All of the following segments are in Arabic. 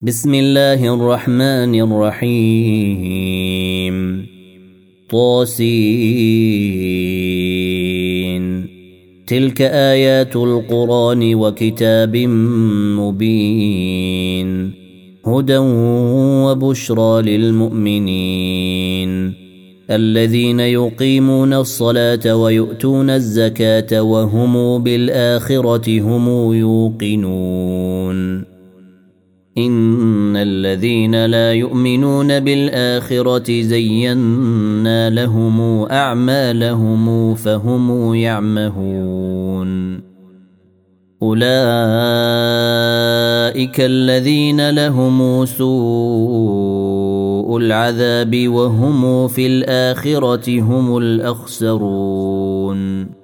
بسم الله الرحمن الرحيم طاسين تلك آيات القرآن وكتاب مبين هدى وبشرى للمؤمنين الذين يقيمون الصلاة ويؤتون الزكاة وهم بالآخرة هم يوقنون إن الذين لا يؤمنون بالآخرة زينا لهم أعمالهم فهم يعمهون أولئك الذين لهم سوء العذاب وهم في الآخرة هم الأخسرون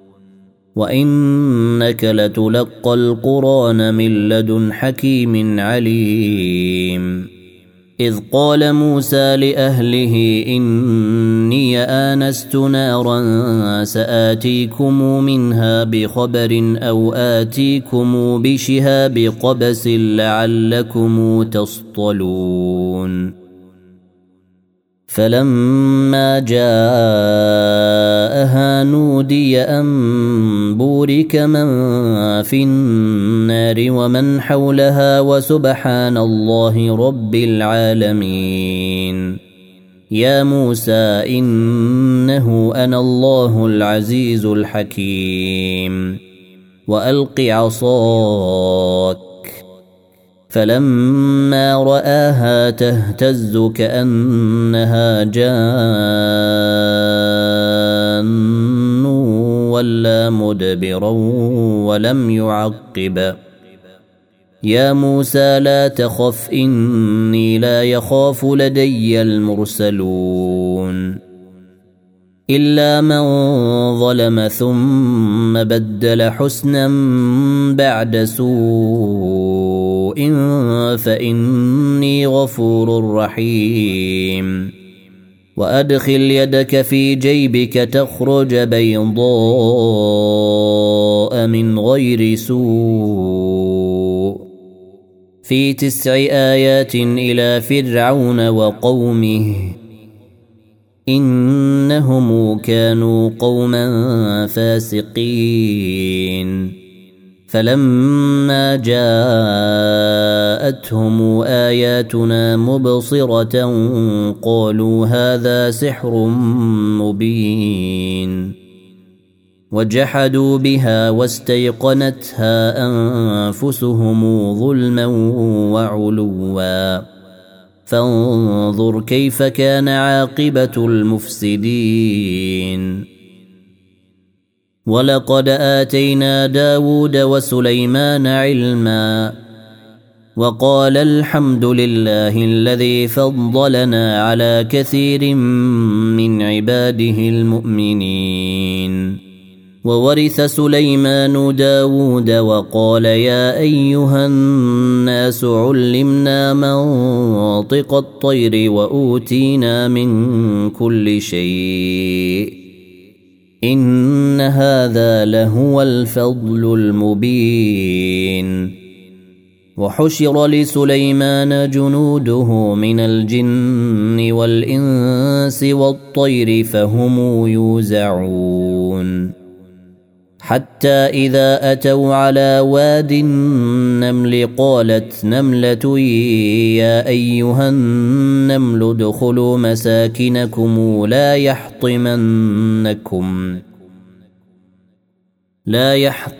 وإنك لتلقى القرآن من لدن حكيم عليم إذ قال موسى لأهله إني آنست نارا سآتيكم منها بخبر أو آتيكم بشهاب قبس لعلكم تصطلون فلما جاءها نودي أن بورك من في النار ومن حولها وسبحان الله رب العالمين يا موسى إنه أنا الله العزيز الحكيم وألق عصاك فلما رآها تهتز كأنها جان ولا مدبرا ولم يعقب يا موسى لا تخف إني لا يخاف لدي المرسلون إلا من ظلم ثم بدل حسنا بعد سوء فإني غفور رحيم وأدخل يدك في جيبك تخرج بيضاء من غير سوء في 9 آيات إلى فرعون وقومه إنهم كانوا قوما فاسقين فلما جاءتهم آياتنا مبصرة قالوا هذا سحر مبين وجحدوا بها واستيقنتها أنفسهم ظلما وعلوا فانظر كيف كان عاقبة المفسدين ولقد آتينا داود وسليمان علما وقال الحمد لله الذي فضلنا على كثير من عباده المؤمنين وورث سليمان داود وقال يا أيها الناس علمنا منطق الطير وأوتينا من كل شيء إن هذا لهو الفضل المبين وحشر لسليمان جنوده من الجن والإنس والطير فهم يوزعون حتى إذا أتوا على واد النمل قالت نملة يا أيها النمل ادخلوا مساكنكم لا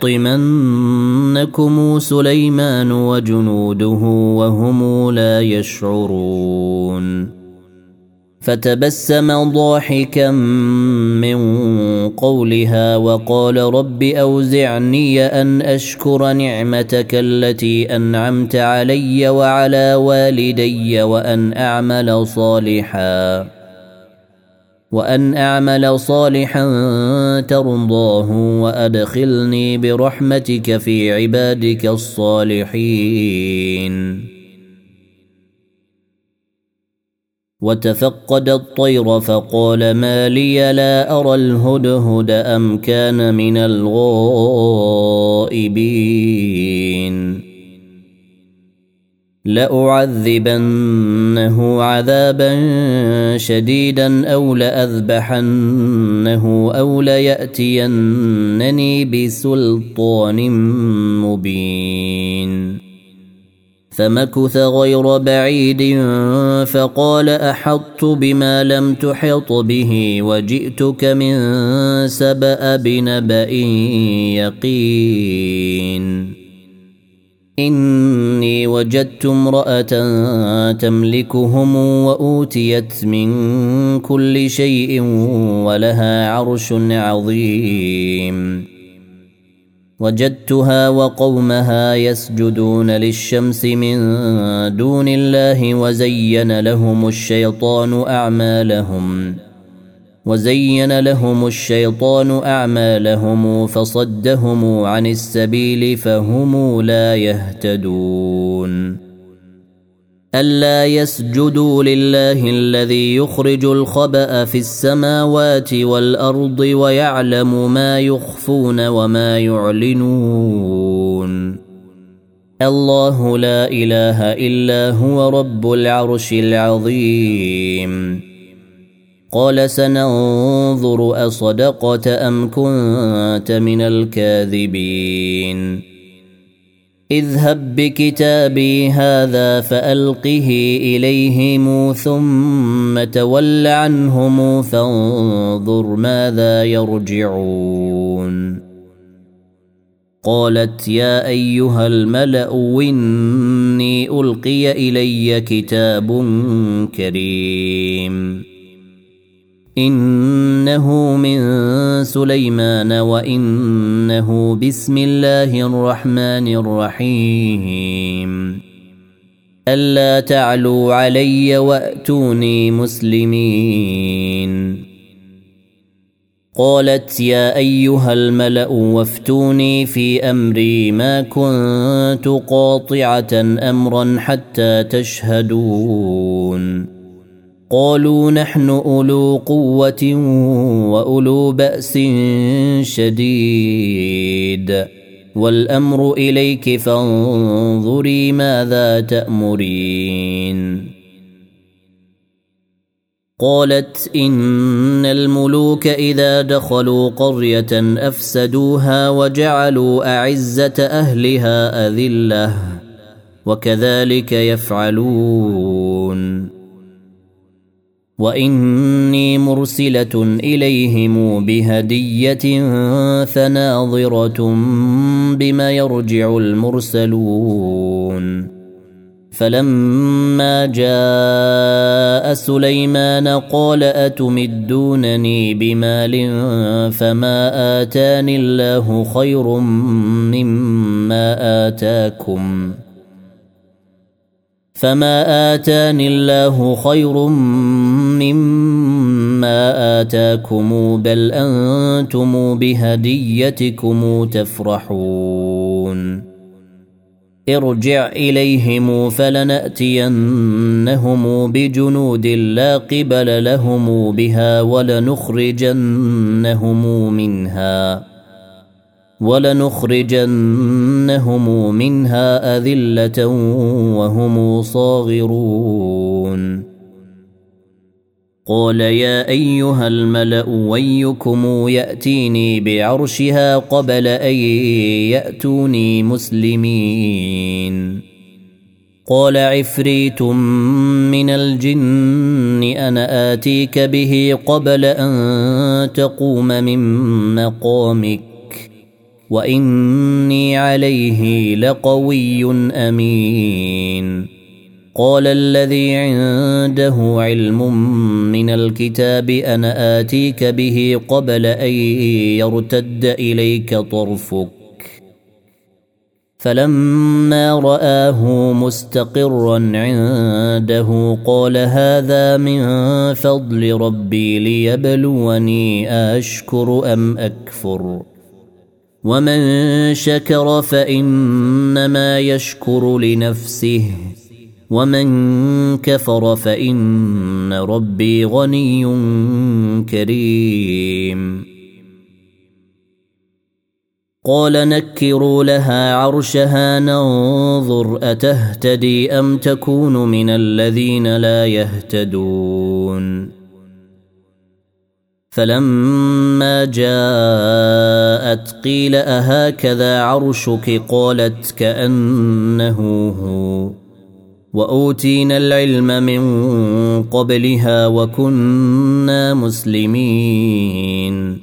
يحطمنكم سليمان وجنوده وهم لا يشعرون فتبسم ضاحكا من قولها وقال رب أوزعني أن أشكر نعمتك التي أنعمت علي وعلى والدي وأن أعمل صالحا ترضاه وأدخلني برحمتك في عبادك الصالحين وتفقد الطير فقال ما لي لا أرى الهدهد أم كان من الغائبين لأعذبنه عذابا شديدا أو لأذبحنه أو ليأتينني بسلطان مبين. فمكث غير بعيد فقال أحطت بما لم تحط به وجئتك من سبأ بنبأ يقين. إني وجدت امرأة تملكهم وأوتيت من كل شيء ولها عرش عظيم. وجدتها وقومها يسجدون للشمس من دون الله وزين لهم الشيطان أعمالهم فصدهم عن السبيل فهم لا يهتدون. ألا يسجدوا لله الذي يخرج الخبأ في السماوات والأرض ويعلم ما يخفون وما يعلنون. الله لا إله إلا هو رب العرش العظيم. قال سننظر أصدقت أم كنت من الكاذبين. اذهب بكتابي هذا فألقه إليهم ثم تول عنهم فانظر ماذا يرجعون. قالت يا أيها الملأ إني ألقي إلي كتاب كريم إنه من سليمان وإنه بسم الله الرحمن الرحيم. ألا تعلوا علي وأتوني مسلمين. قالت يا أيها الملأ وافتوني في أمري ما كنت قاطعة أمرا حتى تشهدون. قالوا نحن أولو قوة وأولو بأس شديد والأمر إليك فانظري ماذا تأمرين. قالت إن الملوك إذا دخلوا قرية أفسدوها وجعلوا أعزة أهلها أذلة وكذلك يفعلون. وإني مرسلة إليهم بهدية فناظرة بما يرجع المرسلون. فلما جاء سليمان قال أتمدونني بمال فما آتاني الله خير مما آتاكم بل أنتم بهديتكم تفرحون. ارجع إليهم فلنأتينهم بجنود لا قبل لهم بها ولنخرجنهم منها أذلة وهم صاغرون. قال يا أيها الملأ ويكم يأتيني بعرشها قبل أن يأتوني مسلمين. قال عفريت من الجن أنا آتيك به قبل أن تقوم من مقامك وإني عليه لقوي أمين. قال الذي عنده علم من الكتاب أنا آتيك به قبل أن يرتد إليك طرفك. فلما رآه مستقرا عنده قال هذا من فضل ربي ليبلوني أشكر أم أكفر. ومن شكر فإنما يشكر لنفسه ومن كفر فإن ربي غني كريم. قال نكروا لها عرشها ننظر أتهتدي أم تكون من الذين لا يهتدون فلما جاءت قيل أهكذا عرشك قالت كأنه هو وأوتينا العلم من قبلها وكنا مسلمين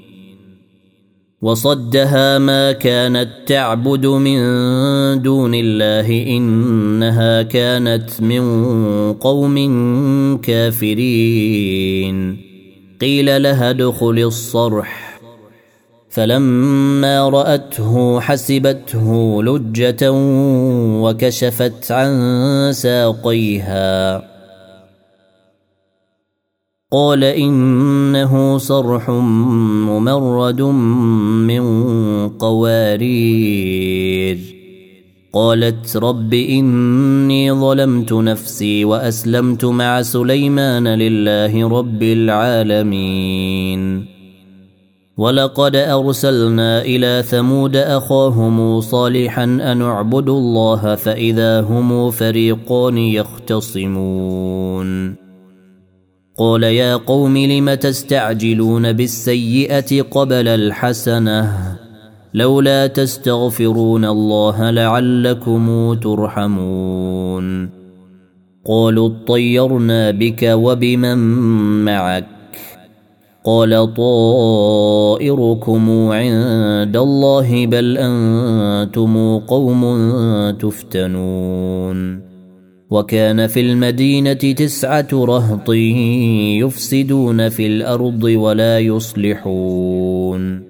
وصدها ما كانت تعبد من دون الله إنها كانت من قوم كافرين قيل لها ادخل الصرح فلما رأته حسبته لجة وكشفت عن ساقيها قال إنه صرح ممرد من قوارير قالت رب إني ظلمت نفسي وأسلمت مع سليمان لله رب العالمين ولقد أرسلنا إلى ثمود أخاهم صالحا أن اعبدوا الله فإذا هم فريقان يختصمون قال يا قوم لم تستعجلون بالسيئة قبل الحسنة لولا تستغفرون الله لعلكم ترحمون قالوا اطيرنا بك وبمن معك قال طائركم عند الله بل أنتم قوم تفتنون وكان في المدينة 9 رهط يفسدون في الأرض ولا يصلحون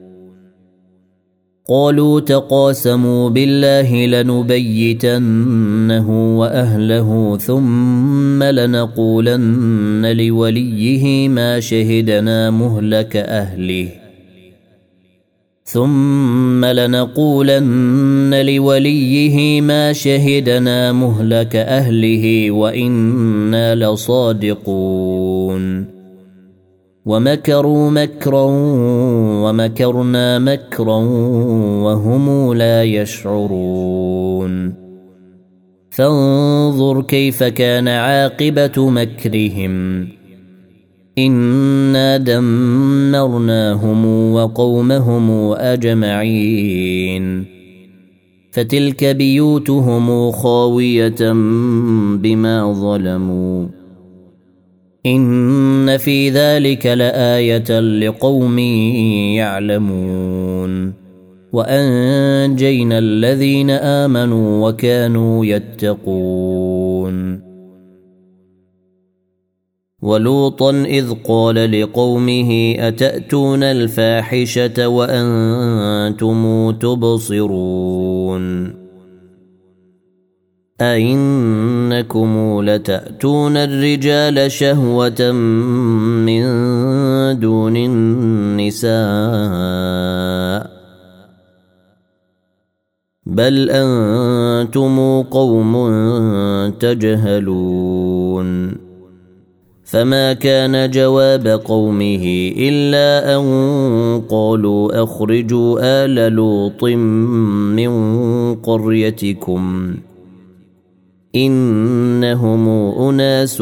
قالوا تقاسموا بالله لنبيتنه وأهله ثم لنقولن لوليه ما شهدنا مهلك أهله وإنا لصادقون ومكروا مكرا ومكرنا مكرا وهم لا يشعرون فانظر كيف كان عاقبة مكرهم إنا دمرناهم وقومهم أجمعين فتلك بيوتهم خاوية بما ظلموا إن في ذلك لآية لقوم يعلمون وأنجينا الذين آمنوا وكانوا يتقون ولوطا إذ قال لقومه أتأتون الفاحشة وأنتم تبصرون أئنكم لتأتون الرجال شهوة من دون النساء بل أنتم قوم تجهلون فما كان جواب قومه إلا أن قالوا أخرجوا آل لوط من قريتكم إنهم أناس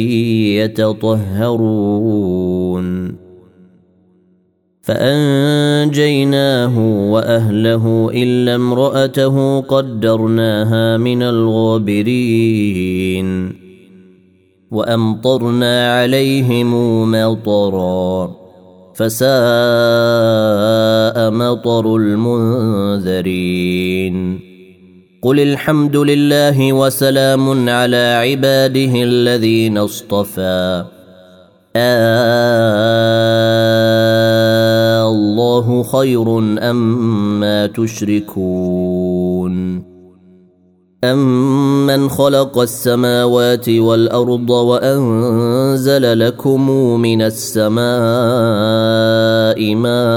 يتطهرون فأنجيناه وأهله إلا امرأته قدرناها من الغابرين وأمطرنا عليهم مطرا فساء مطر المنذرين قل الحمد لله وسلام على عباده الذين اصطفى الله خير أما تشركون أمن خلق السماوات والأرض وأنزل لكم من السماء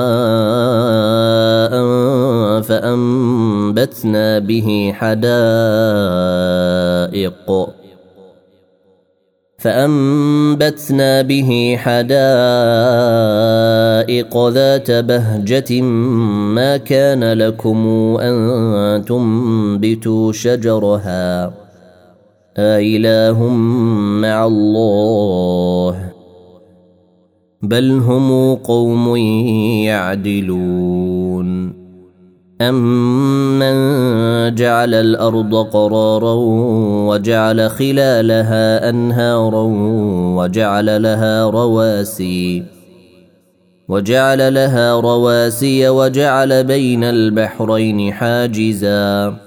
ماء فأنبتنا به فأنبتنا به حدائق ذات بهجة ما كان لكم أن تنبتوا شجرها أإله مع الله بل هم قوم يعدلون أمن جعل الأرض قرارا وجعل خلالها أنهارا وجعل لها رواسي وجعل بين البحرين حاجزا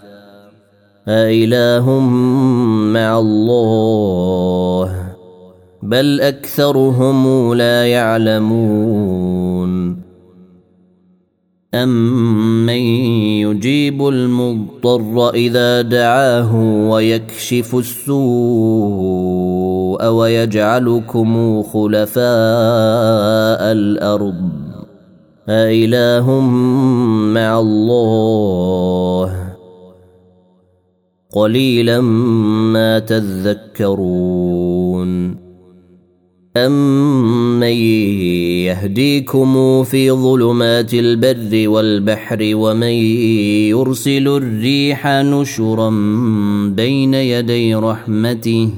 أإله مع الله بل أكثرهم لا يعلمون أمن يجيب المضطر إذا دعاه ويكشف السوء ويجعلكم خلفاء الأرض أإله مع الله قليلا ما تذكرون أمن يهديكم في ظلمات البر والبحر ومن يرسل الريح نشرا بين يدي رحمته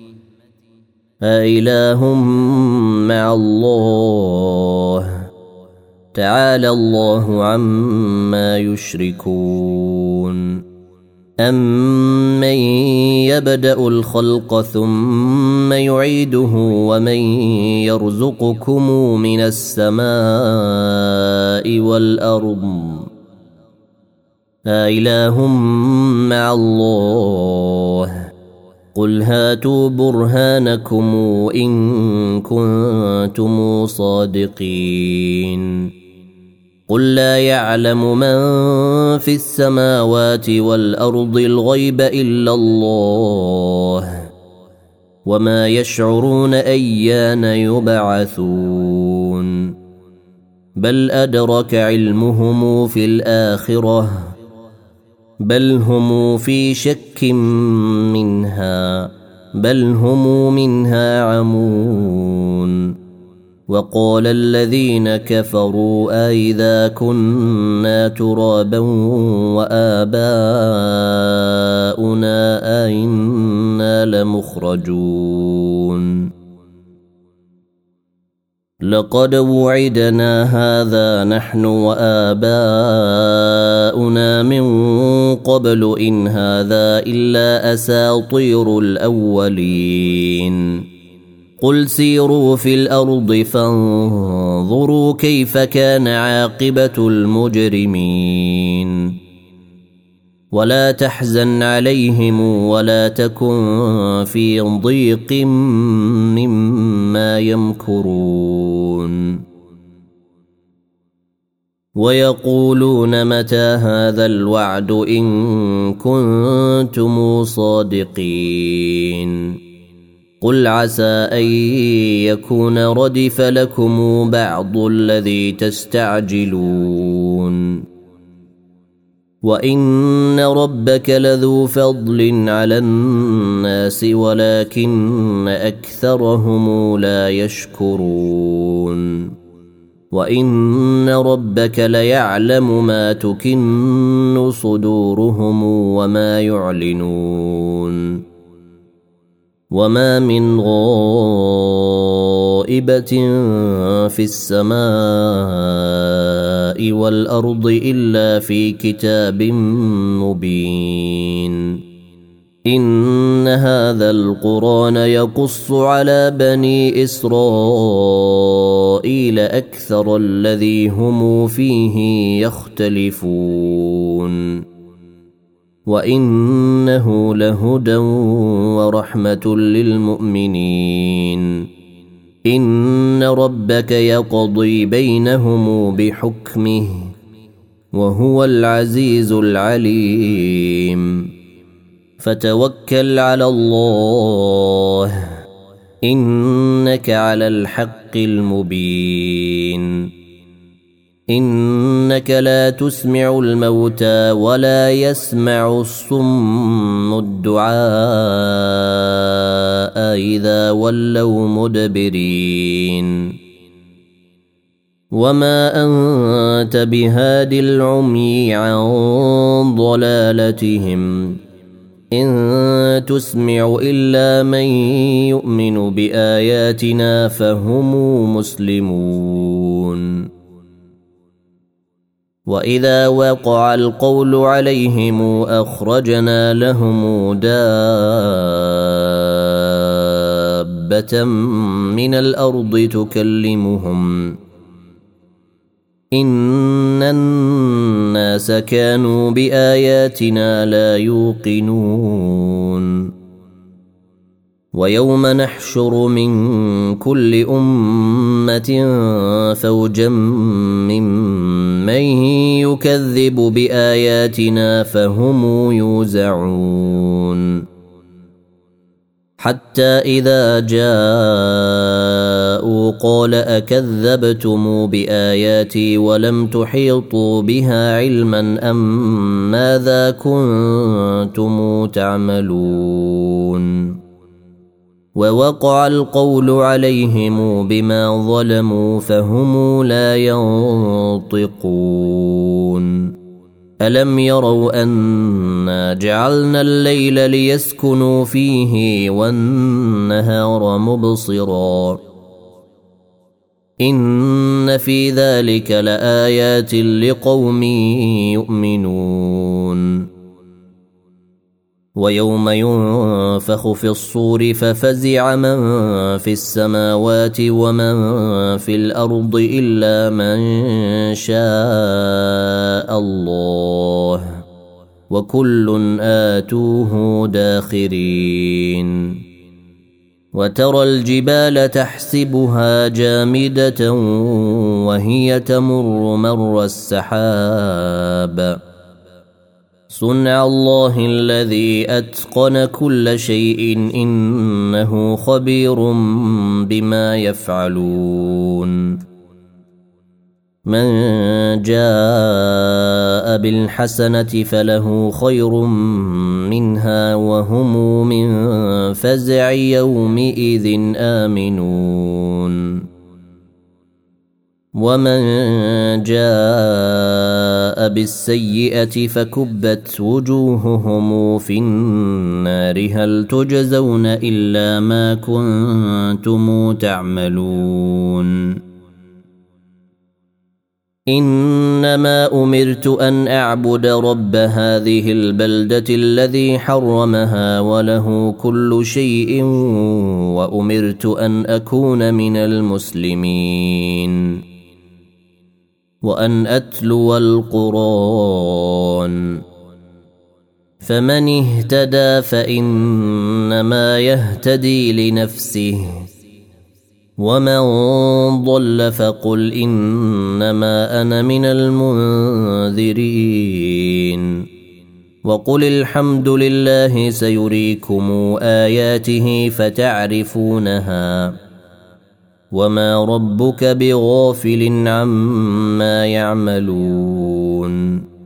أإله مع الله تعالى الله عما يشركون أمن يبدأ الخلق ثم يعيده ومن يرزقكم من السماء والأرض أإله مع الله قل هاتوا برهانكم إن كنتم صادقين قل لا يعلم من في السماوات والأرض الغيب إلا الله وما يشعرون أيان يبعثون بل أدرك علمهم في الآخرة بل هم في شك منها بل هم منها عمون وقال الذين كفروا أئذا كنا ترابا وآباؤنا أئنا لمخرجون لقد وعدنا هذا نحن وآباؤنا من قبل إن هذا إلا أساطير الأولين قل سيروا في الأرض فانظروا كيف كان عاقبة المجرمين ولا تحزن عليهم ولا تكن في ضيق مما يمكرون ويقولون متى هذا الوعد إن كنتم صادقين قل عسى أن يكون ردف لكم بعض الذي تستعجلون وإن ربك لذو فضل على الناس ولكن أكثرهم لا يشكرون وإن ربك ليعلم ما تكن صدورهم وما يعلنون وما من غائبة في السماء والأرض إلا في كتاب مبين إن هذا القرآن يقص على بني إسرائيل أكثر الذي هم فيه يختلفون وإنه لهدى ورحمة للمؤمنين إن ربك يقضي بينهم بحكمه وهو العزيز العليم فتوكل على الله إنك على الحق المبين إنك لا تسمع الموتى ولا يسمع الصم الدعاء إذا ولوا مدبرين وما أنت بهاد العمي عن ضلالتهم إن تسمع إلا من يؤمن بآياتنا فهم مسلمون وإذا وقع القول عليهم أخرجنا لهم دابة من الأرض تكلمهم إن الناس كانوا بآياتنا لا يوقنون ويوم نحشر من كل أمة فوجا ممن يكذب بآياتنا فهم يوزعون حتى إذا جاءوا قال أكذبتم بآياتي ولم تحيطوا بها علما أم ماذا كنتم تعملون ووقع القول عليهم بما ظلموا فهم لا ينطقون ألم يروا أنا جعلنا الليل ليسكنوا فيه والنهار مبصرا إن في ذلك لآيات لقوم يؤمنون ويوم ينفخ في الصور ففزع من في السماوات ومن في الأرض إلا من شاء الله وكل آتوه داخرين وترى الجبال تحسبها جامدة وهي تمر مر السحاب صنع الله الذي أتقن كل شيء إنه خبير بما يفعلون من جاء بالحسنة فله خير منها وهم من فزع يومئذ آمنون ومن جاء بالسيئة فكبت وجوههم في النار هل تجزون إلا ما كنتم تعملون إنما أمرت أن أعبد رب هذه البلدة الذي حرمها وله كل شيء وأمرت أن أكون من المسلمين وأن أتلو القرآن فمن اهتدى فإنما يهتدي لنفسه ومن ضل فقل إنما أنا من المنذرين وقل الحمد لله سيريكم آياته فتعرفونها وما ربك بغافل عما يعملون